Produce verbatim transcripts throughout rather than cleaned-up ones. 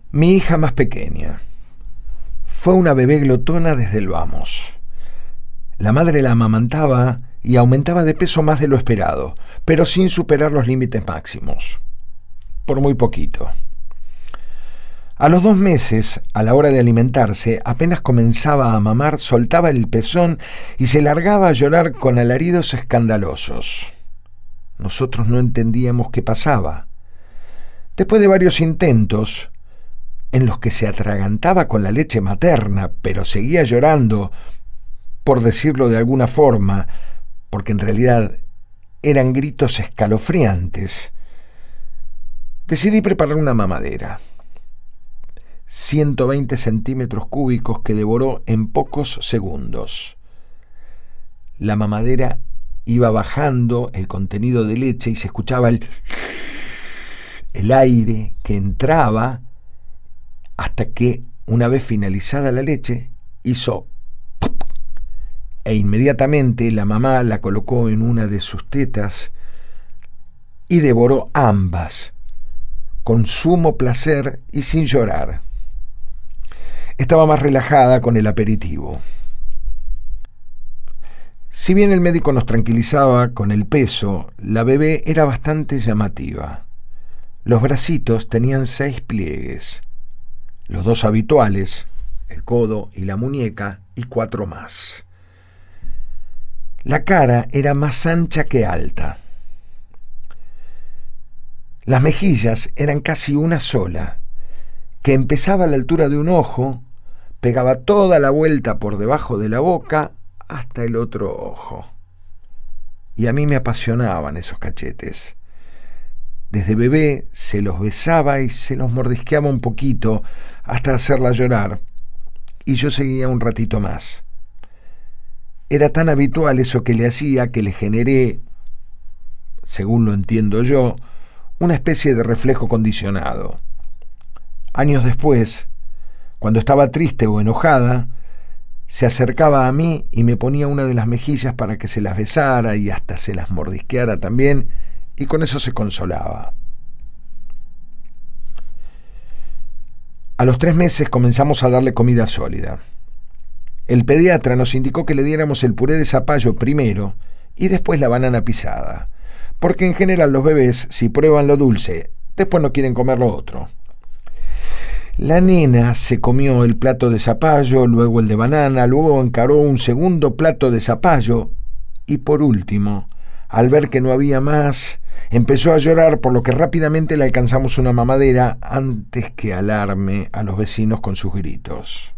Mi hija más pequeña fue una bebé glotona desde el vamos. La madre la amamantaba y aumentaba de peso más de lo esperado, pero sin superar los límites máximos. Por muy poquito. A los dos meses, a la hora de alimentarse, apenas comenzaba a mamar, soltaba el pezón y se largaba a llorar con alaridos escandalosos. Nosotros no entendíamos qué pasaba. Después de varios intentos, en los que se atragantaba con la leche materna, pero seguía llorando, por decirlo de alguna forma, porque en realidad eran gritos escalofriantes, decidí preparar una mamadera. ciento veinte centímetros cúbicos que devoró en pocos segundos. La mamadera iba bajando el contenido de leche y se escuchaba el, el aire que entraba hasta que, una vez finalizada la leche, hizo ¡pop! E inmediatamente la mamá la colocó en una de sus tetas y devoró ambas, con sumo placer y sin llorar. Estaba más relajada con el aperitivo. Si bien el médico nos tranquilizaba con el peso, la bebé era bastante llamativa. Los bracitos tenían seis pliegues, los dos habituales, el codo y la muñeca, y cuatro más. La cara era más ancha que alta. Las mejillas eran casi una sola, que empezaba a la altura de un ojo, pegaba toda la vuelta por debajo de la boca hasta el otro ojo. Y a mí me apasionaban esos cachetes. Desde bebé se los besaba y se los mordisqueaba un poquito hasta hacerla llorar, y yo seguía un ratito más. Era tan habitual eso que le hacía que le generé, según lo entiendo yo, una especie de reflejo condicionado. Años después, cuando estaba triste o enojada, se acercaba a mí y me ponía una de las mejillas para que se las besara y hasta se las mordisqueara también, y con eso se consolaba. A los tres meses comenzamos a darle comida sólida. El pediatra nos indicó que le diéramos el puré de zapallo primero y después la banana pisada, porque en general los bebés, si prueban lo dulce, después no quieren comer lo otro. La nena se comió el plato de zapallo, luego el de banana, luego encaró un segundo plato de zapallo y por último, al ver que no había más, empezó a llorar, por lo que rápidamente le alcanzamos una mamadera antes que alarme a los vecinos con sus gritos.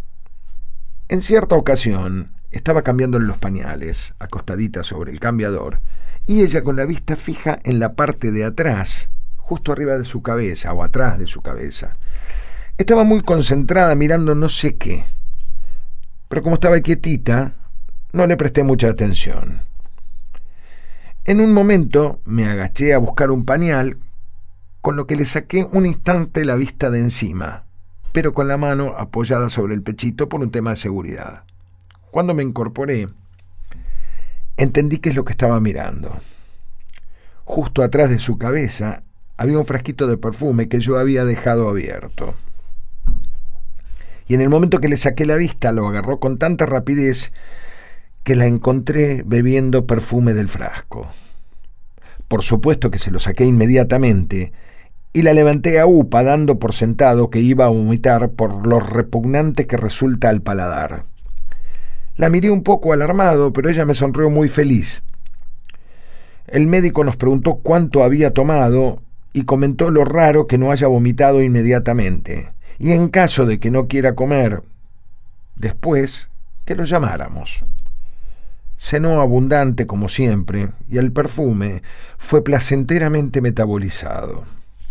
En cierta ocasión, estaba cambiándole los pañales, acostadita sobre el cambiador, y ella con la vista fija en la parte de atrás, justo arriba de su cabeza o atrás de su cabeza. Estaba muy concentrada mirando no sé qué, pero como estaba quietita, no le presté mucha atención. En un momento me agaché a buscar un pañal, con lo que le saqué un instante la vista de encima, pero con la mano apoyada sobre el pechito por un tema de seguridad. Cuando me incorporé, entendí qué es lo que estaba mirando. Justo atrás de su cabeza había un frasquito de perfume que yo había dejado abierto. Y en el momento que le saqué la vista, lo agarró con tanta rapidez que la encontré bebiendo perfume del frasco. Por supuesto que se lo saqué inmediatamente y la levanté a upa, dando por sentado que iba a vomitar por lo repugnante que resulta al paladar. La miré un poco alarmado, pero ella me sonrió muy feliz. El médico nos preguntó cuánto había tomado y comentó lo raro que no haya vomitado inmediatamente, y en caso de que no quiera comer después, que lo llamáramos. Cenó abundante como siempre, y el perfume fue placenteramente metabolizado.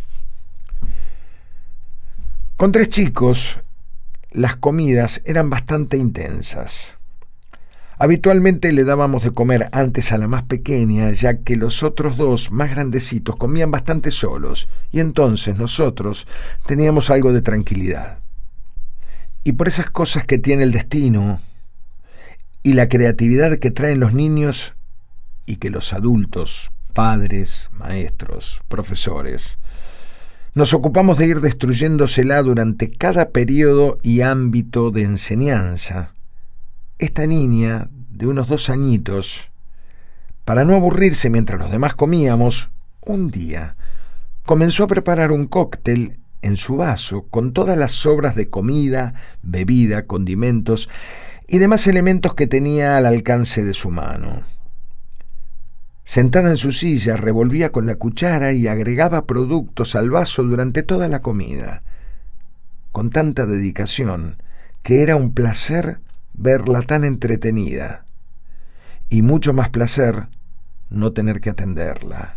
Con tres chicos, las comidas eran bastante intensas. Habitualmente le dábamos de comer antes a la más pequeña, ya que los otros dos, más grandecitos, comían bastante solos, y entonces nosotros teníamos algo de tranquilidad. Y por esas cosas que tiene el destino y la creatividad que traen los niños y que los adultos, padres, maestros, profesores, Nos ocupamos de ir destruyéndosela durante cada periodo y ámbito de enseñanza. Esta niña, de unos dos añitos, para no aburrirse mientras los demás comíamos, un día comenzó a preparar un cóctel en su vaso con todas las sobras de comida, bebida, condimentos y demás elementos que tenía al alcance de su mano. Sentada en su silla, revolvía con la cuchara y agregaba productos al vaso durante toda la comida, con tanta dedicación que era un placer verla tan entretenida, y mucho más placer no tener que atenderla.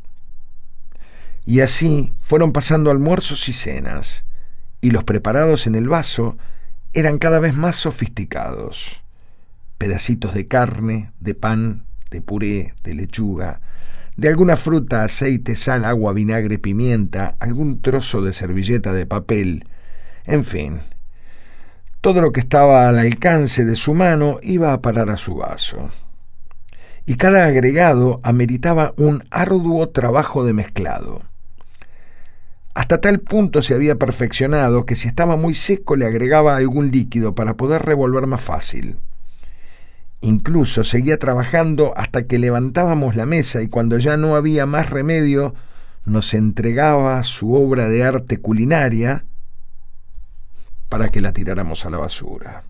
Y así fueron pasando almuerzos y cenas, y los preparados en el vaso eran cada vez más sofisticados. Pedacitos de carne, de pan, de puré, de lechuga, de alguna fruta, aceite, sal, agua, vinagre, pimienta, algún trozo de servilleta de papel, en fin. Todo lo que estaba al alcance de su mano iba a parar a su vaso. Y cada agregado ameritaba un arduo trabajo de mezclado. Hasta tal punto se había perfeccionado que si estaba muy seco le agregaba algún líquido para poder revolver más fácil. Incluso seguía trabajando hasta que levantábamos la mesa y cuando ya no había más remedio, nos entregaba su obra de arte culinaria para que la tiráramos a la basura.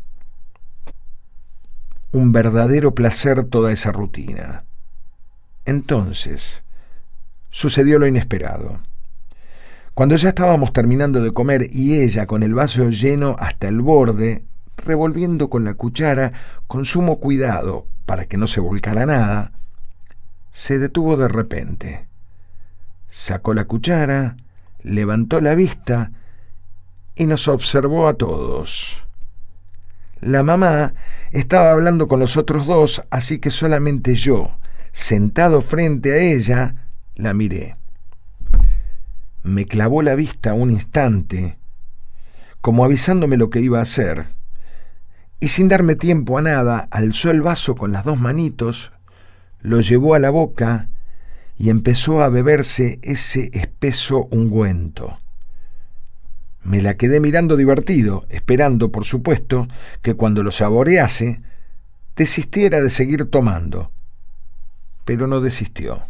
Un verdadero placer toda esa rutina. Entonces, sucedió lo inesperado. Cuando ya estábamos terminando de comer y ella con el vaso lleno hasta el borde, revolviendo con la cuchara con sumo cuidado para que no se volcara nada, se detuvo de repente. Sacó la cuchara, levantó la vista y nos observó a todos. La mamá estaba hablando con los otros dos, así que solamente yo, sentado frente a ella, la miré. Me clavó la vista un instante, como avisándome lo que iba a hacer, y sin darme tiempo a nada, alzó el vaso con las dos manitos, lo llevó a la boca y empezó a beberse ese espeso ungüento. Me la quedé mirando divertido, esperando, por supuesto, que cuando lo saborease, desistiera de seguir tomando. Pero no desistió.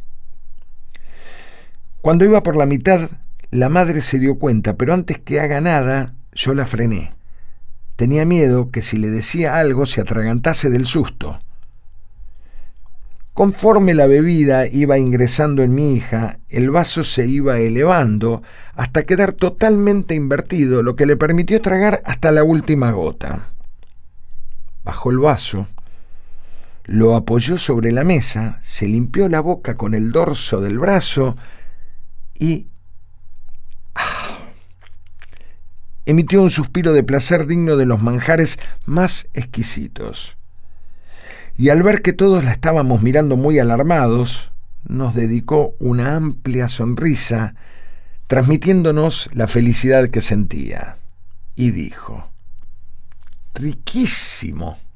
Cuando iba por la mitad, la madre se dio cuenta, pero antes que haga nada, yo la frené. Tenía miedo que si le decía algo se atragantase del susto. Conforme la bebida iba ingresando en mi hija, el vaso se iba elevando hasta quedar totalmente invertido, lo que le permitió tragar hasta la última gota. Bajó el vaso, lo apoyó sobre la mesa, se limpió la boca con el dorso del brazo y ah, emitió un suspiro de placer digno de los manjares más exquisitos. Y al ver que todos la estábamos mirando muy alarmados, nos dedicó una amplia sonrisa, transmitiéndonos la felicidad que sentía, y dijo: «Riquísimo».